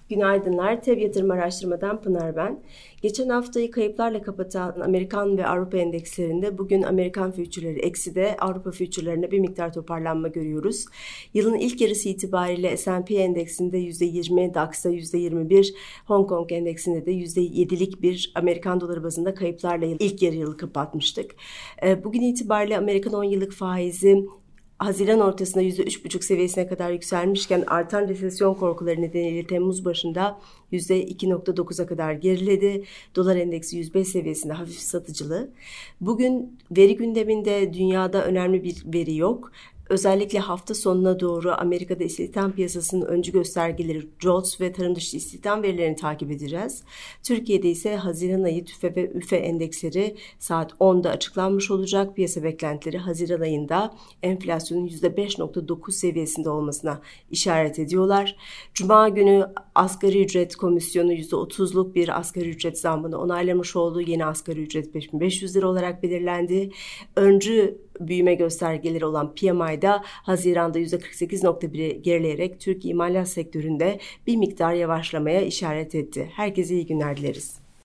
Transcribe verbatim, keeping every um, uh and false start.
Günaydınlar. T E B Yatırım Araştırma'dan Pınar ben. Geçen haftayı kayıplarla kapatan Amerikan ve Avrupa endekslerinde bugün Amerikan fütürleri ekside, Avrupa fütürlerine bir miktar toparlanma görüyoruz. Yılın ilk yarısı itibariyle S and P endeksinde yüzde yirmi, DAX'ta yüzde yirmi bir, Hong Kong endeksinde de yüzde yedilik bir Amerikan doları bazında kayıplarla ilk yarı yılı kapatmıştık. Bugün itibariyle Amerikan on yıllık faizi Haziran ortasında yüzde üç buçuk seviyesine kadar yükselmişken artan resesyon korkuları nedeniyle Temmuz başında yüzde iki virgül dokuza kadar geriledi. Dolar endeksi yüz beş seviyesinde hafif satıcılı. Bugün veri gündeminde dünyada önemli bir veri yok. Özellikle hafta sonuna doğru Amerika'da istihdam piyasasının öncü göstergeleri JOLTS ve tarım dışı istihdam verilerini takip edeceğiz. Türkiye'de ise Haziran ayı TÜFE ve ÜFE endeksleri saat onda açıklanmış olacak. Piyasa beklentileri Haziran ayında enflasyonun yüzde beş virgül dokuz seviyesinde olmasına işaret ediyorlar. Cuma günü asgari ücret komisyonu yüzde otuzluk bir asgari ücret zammını onaylamış oldu. Yeni asgari ücret beş bin beş yüz lira olarak belirlendi. Öncü büyüme göstergeleri olan P M I'da Haziran'da yüzde kırk sekiz virgül biri gerileyerek Türkiye imalat sektöründe bir miktar yavaşlamaya işaret etti. Herkese iyi günler dileriz.